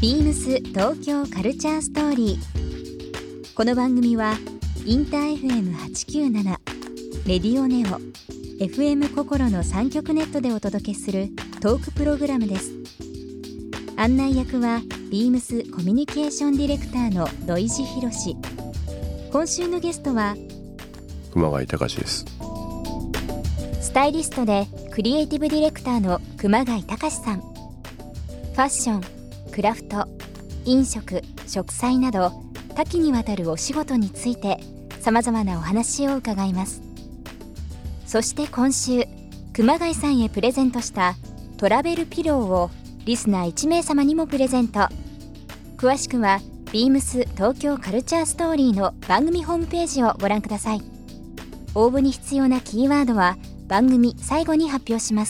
ビームス東京カルチャーストーリー。この番組はインター FM897 レディオネオ FM 心の3極ネットでお届けするトークプログラムです。案内役はビームスコミュニケーションディレクターの土井博志。今週のゲストは熊谷隆です。 スタイリストでクリエイティブディレクターの熊谷隆さん。ファッション、クラフト、飲食、植栽など多岐にわたるお仕事について様々なお話を伺います。そして今週、熊谷さんへプレゼントしたトラベルピローをリスナー1名様にもプレゼント。詳しくはビームス東京カルチャーストーリーの番組ホームページをご覧ください。応募に必要なキーワードは番組最後に発表します。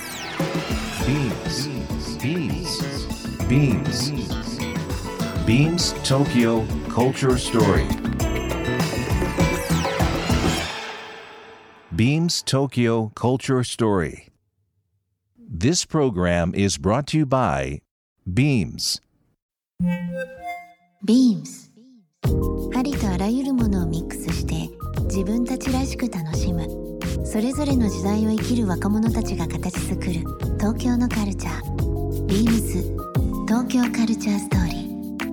Beams Tokyo Culture Story. Beams Tokyo Culture Story. This program is brought to you by Beams. Beams ありとあらゆるものをミックスして自分たちらしく楽しむ、それぞれの時代を生きる若者たちが形作る東京のカルチャー。ビームス東京カルチャーストーリー。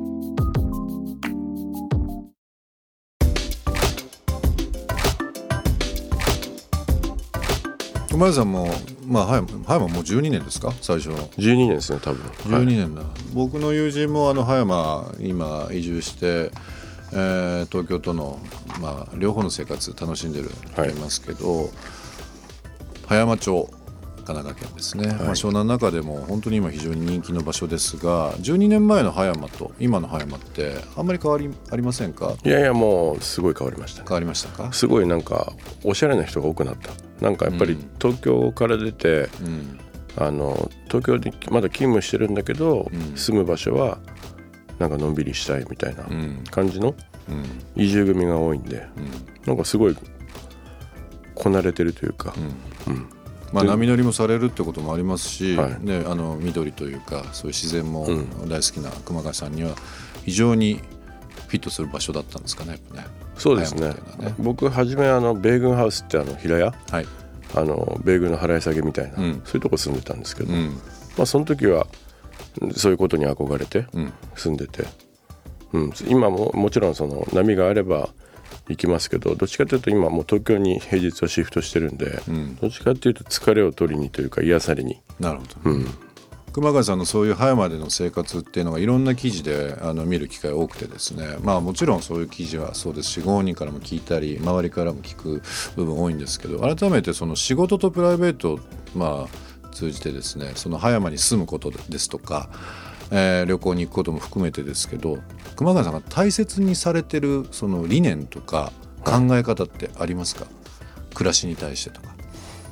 熊谷さんも、葉山もう12年ですか？最初の 12年ですね、多分。 12年だ、僕の友人も葉山今移住して、東京との、両方の生活楽しんでると思いますけど、葉山町神奈川県ですね、湘南の中でも本当に今非常に人気の場所ですが、12年前の葉山と今の葉山ってあんまり変わりありませんか？ いやもうすごい変わりました。 変わりましたか？ すごいなんかおしゃれな人が多くなった。なんかやっぱり東京から出て、東京でまだ勤務してるんだけど、住む場所はなんかのんびりしたいみたいな感じの移住組が多いんで、なんかすごいこなれてるというか、 波乗りもされるってこともありますし、緑というかそういう自然も大好きな熊谷さんには非常にフィットする場所だったんですかね。やっぱね。 そうですね。僕初め米軍ハウスって平屋、米軍の払い下げみたいな、そういうとこ住んでたんですけど、その時はそういうことに憧れて住んでて、今ももちろんその波があれば行きますけど、どっちかというと今もう東京に平日はシフトしてるんで、どっちかというと疲れを取りにというか癒されに。 なるほど、熊谷さんのそういう葉山での生活っていうのがいろんな記事で見る機会多くてですね、もちろんそういう記事はそうですし、ご本人からも聞いたり周りからも聞く部分多いんですけど、改めてその仕事とプライベートを通じてですね、その葉山に住むことですとか、旅行に行くことも含めてですけど、熊谷さんが大切にされてるその理念とか考え方ってありますか？暮らしに対してとか。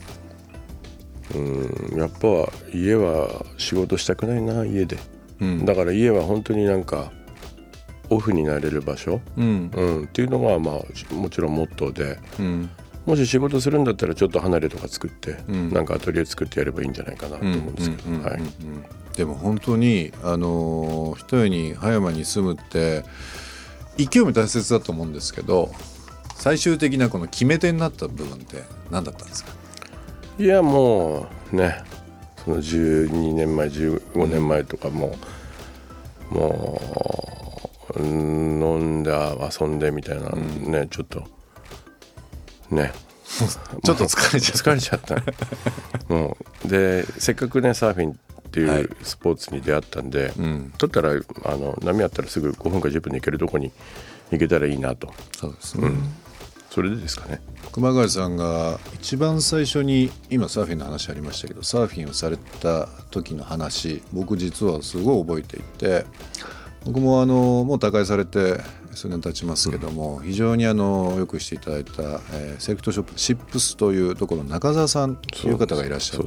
やっぱ家は仕事したくないな、家で、だから家は本当になんかオフになれる場所、っていうのがもちろんモットーで、もし仕事するんだったらちょっと離れとか作って、なんかアトリエ作ってやればいいんじゃないかなと思うんですけど、 でも本当に一重に葉山に住むって勢いも大切だと思うんですけど、最終的なこの決め手になった部分って何だったんですか？ いやもうね、その12年前15年前とかもう飲んで遊んでみたいなね、ちょっとねちょっと疲れちゃったもうで、せっかくねサーフィンっていうスポーツに出会ったんで、取ったら波あったらすぐ5分か10分で行けるとこに行けたらいいなと。 そうですね、 それでですかね。 熊谷さんが一番最初に、今サーフィンの話ありましたけど、サーフィンをされた時の話、僕実はすごい覚えていて、僕ももう他界されて数年経ちますけども、非常によくしていただいた、セレクトショップシップスというところの中澤さんという方がいらっしゃって、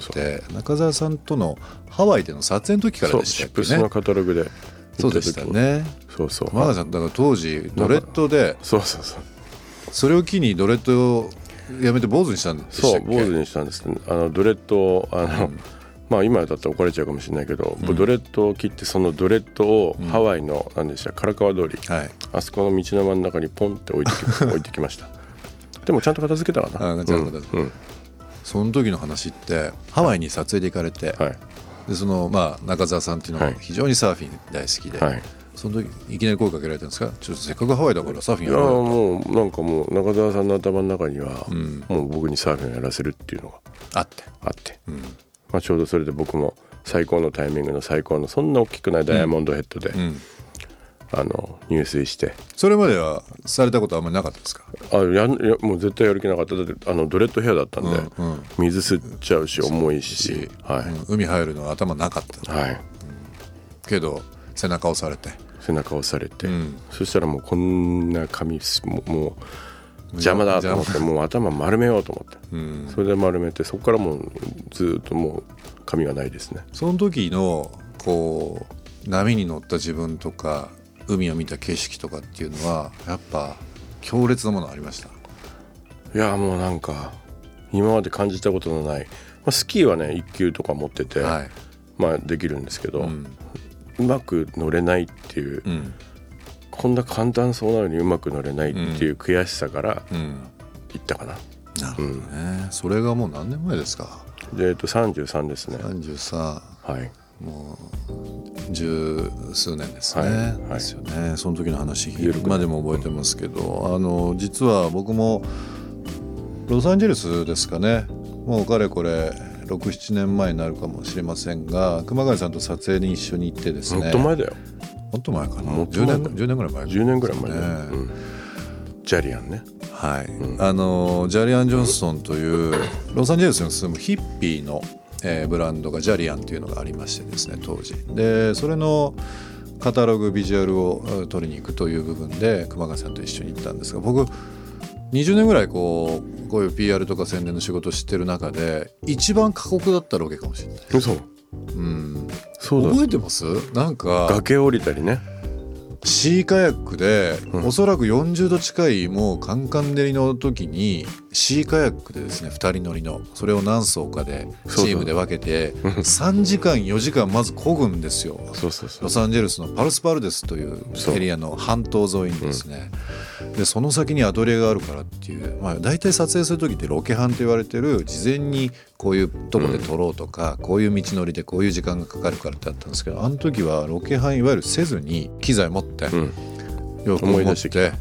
中澤さんとのハワイでの撮影の時からでしたっけね。 シップスのカタログでそうでしたね。熊谷さんだから当時ドレッドで、それを機にドレッドをやめて坊主にしたんでしたっけ？ そう、坊主にしたんです。ドレッドをまあ今だったら怒られちゃうかもしれないけど、ドレッドを切ってそのドレッドをハワイの何でした唐川通り、あそこの道の真ん中にポンって置いてきました。でもちゃんと片付けたかな。 その時の話ってハワイに撮影で行かれて、でその中澤さんっていうのが非常にサーフィン大好きで、その時いきなり声かけられたんですか？ちょっとせっかくハワイだからサーフィンやろうよ。 もうなんかもう中澤さんの頭の中には、もう僕にサーフィンをやらせるっていうのがあって、ちょうどそれで僕も最高のタイミングの最高のそんな大きくないダイヤモンドヘッドで、入水して。 それまではされたことはあんまりなかったですか？ もう絶対やる気なかった。だってドレッドヘアだったんで、水吸っちゃうし重いし、 海入るのは頭なかった、けど背中押されて、そしたらもうこんな髪もう邪魔だと思って、もう頭丸めようと思って、それで丸めて、そこからもうずっともう髪がないですね。その時のこう波に乗った自分とか海を見た景色とかっていうのはやっぱ強烈なものありました？ いやもうなんか今まで感じたことのない、スキーはね1級とか持ってて、できるんですけど、うまく乗れないっていう、こんな簡単そうなのにうまく乗れないっていう悔しさからいったかな。 なるほどね。それがもう何年前ですか？ で33ですね。 33、もう十数年ですね。ですよね。その時の話今でも覚えてますけど、実は僕もロサンゼルスですかね、もうかれこれ 6,7 年前になるかもしれませんが、熊谷さんと撮影に一緒に行ってですね。 もっと前だよ。 もっと前かな。10年ぐらい前。 10年ぐらい前だよ。ジャリアンね。 ジャリアン・ジョンソンというロサンゼルスに住むヒッピーのブランドがジャリアンっていうのがありましてですね、当時で、それのカタログビジュアルを取りに行くという部分で熊谷さんと一緒に行ったんですが、僕20年ぐらいこういう PR とか宣伝の仕事を知ってる中で一番過酷だったロケかもしれない。そうだ。覚えてます？なんか崖降りたりね、 シーカヤックで、おそらく40度近いもうカンカン照りの時にシーカヤックでですね、2人乗りの、それを何艘かでチームで分けて3時間4時間まず漕ぐんですよ。ロサンゼルスのパルスパルデスというエリアの半島沿いにですね、でその先にアトリエがあるからっていう、大体撮影する時ってロケハンと言われてる、事前にこういうとこで撮ろうとか、こういう道のりでこういう時間がかかるからってあったんですけど、あの時はロケハンいわゆるせずに機材持って、洋服を持って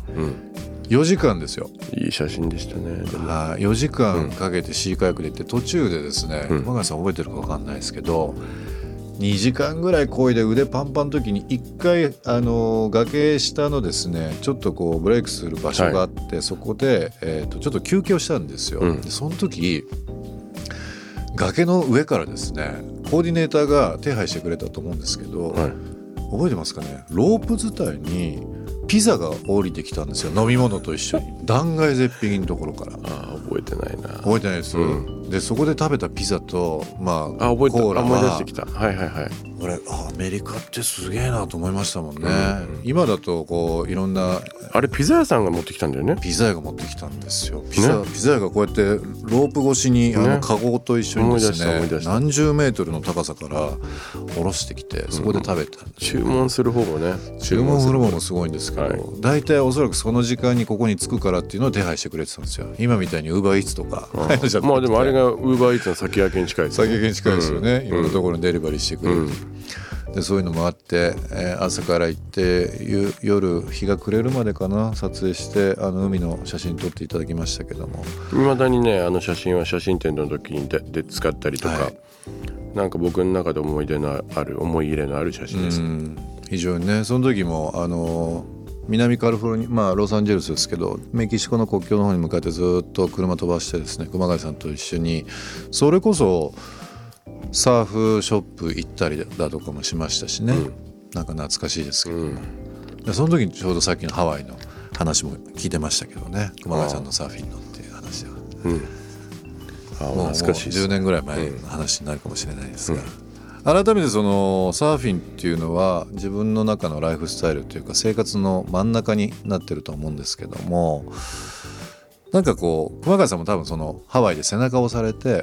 4時間ですよ。 いい写真でしたね。 4時間かけてシーカヤックで行って、途中でですね、熊谷さん覚えてるか分かんないですけど、2時間ぐらい漕いで腕パンパンの時に1回崖下のですね、ちょっとこうブレイクする場所があって、そこで、ちょっと休憩をしたんですよ。でその時崖の上からですね、コーディネーターが手配してくれたと思うんですけど、覚えてますかね、ロープ伝いにピザが降りてきたんですよ、飲み物と一緒に。断崖絶壁のところから。 覚えてないな。 覚えてないです、でそこで食べたピザと、コーラは思い出してきた。 俺アメリカってすげえなと思いましたもんね。今だとこういろんな、 あれピザ屋さんが持ってきたんだよね。 ピザ屋が持ってきたんですよ。ピザ屋がこうやってロープ越しにカゴと一緒にですね、何十メートルの高さから下ろしてきて、そこで食べた。 注文する方もね、 注文する方もすごいんですけど、大体おそらくその時間にここに着くからっていうのを手配してくれてたんですよ。今みたいにウーバーイーツとか、 でもあれがウーバーイーツの先駆けに近いですね。 先駆けに近いですよね。いろんなところにデリバリーしてくれる。でそういうのもあって、朝から行って夜日が暮れるまでかな、撮影して海の写真撮っていただきましたけども、 未だにね、写真は写真展の時にで使ったりとか、なんか僕の中で思い入れのある写真です。 非常にね。その時も南カリフォルニア、ロサンゼルスですけど、メキシコの国境の方に向かってずっと車飛ばしてですね、熊谷さんと一緒にそれこそサーフショップ行ったりだとかもしましたしね、なんか懐かしいですけど、その時にちょうどさっきのハワイの話も聞いてましたけどね、熊谷さんのサーフィンのっていう話は、もう10年ぐらい前の話になるかもしれないですが、改めてそのサーフィンっていうのは自分の中のライフスタイルというか生活の真ん中になってると思うんですけども、なんかこう熊谷さんも多分そのハワイで背中を押されて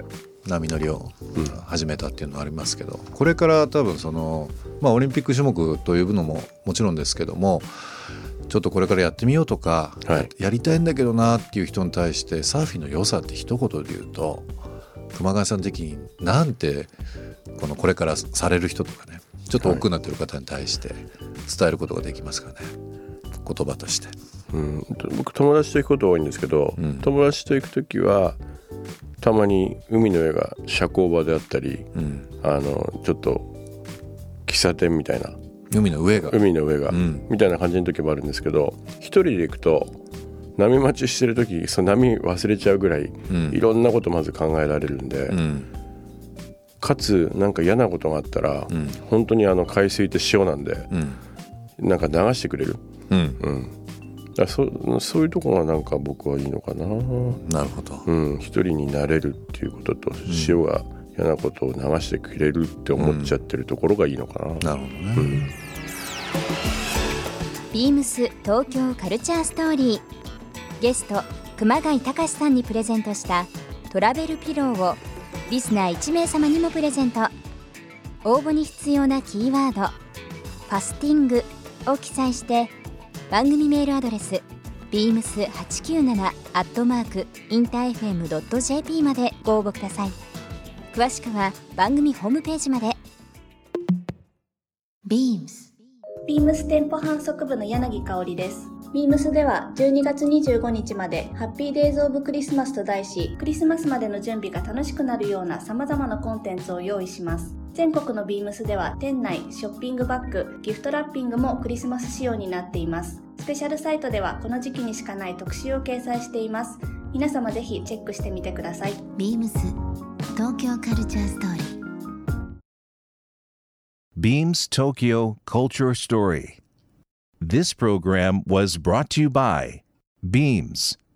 波乗りを始めたっていうのはありますけど、これから多分オリンピック種目というのももちろんですけども、ちょっとこれからやってみようとか、やりたいんだけどなっていう人に対してサーフィンの良さって一言で言うと、熊谷さん的になんてこれからされる人とかね、ちょっと億劫になってる方に対して伝えることができますかね、言葉として。 僕友達と行くこと多いんですけど、友達と行くときはたまに海の上が社交場であったり、ちょっと喫茶店みたいな、 海の上が、 みたいな感じの時もあるんですけど、一人で行くと波待ちしてる時その波忘れちゃうぐらい、いろんなことまず考えられるんで、かつなんか嫌なことがあったら、本当に海水って塩なんで、なんか流してくれる、そういうところがなんか僕はいいのかな。 なるほど。 一人になれるっていうことと、塩が嫌なことを流してくれるって思っちゃってるところがいいのかな。 なるほどね。 ビームス東京カルチャーストーリー、ゲスト熊谷隆さんにプレゼントしたトラベルピローをリスナー1名様にもプレゼント。応募に必要なキーワード、ファスティングを記載して番組メールアドレス beams897@interfm.jp までご応募ください。詳しくは番組ホームページまで。 BEAMS ビームス店舗販促部の柳香織です。ビームスでは12月25日までハッピーデイズオブクリスマスと題し、クリスマスまでの準備が楽しくなるような様々なコンテンツを用意します。全国のビームスでは店内、ショッピングバッグ、ギフトラッピングもクリスマス仕様になっています。スペシャルサイトではこの時期にしかない特集を掲載しています。皆様ぜひチェックしてみてください。 BEAMS 東京カルチャーストーリー。 Beams Tokyo Culture Story. This program was brought to you by Beams.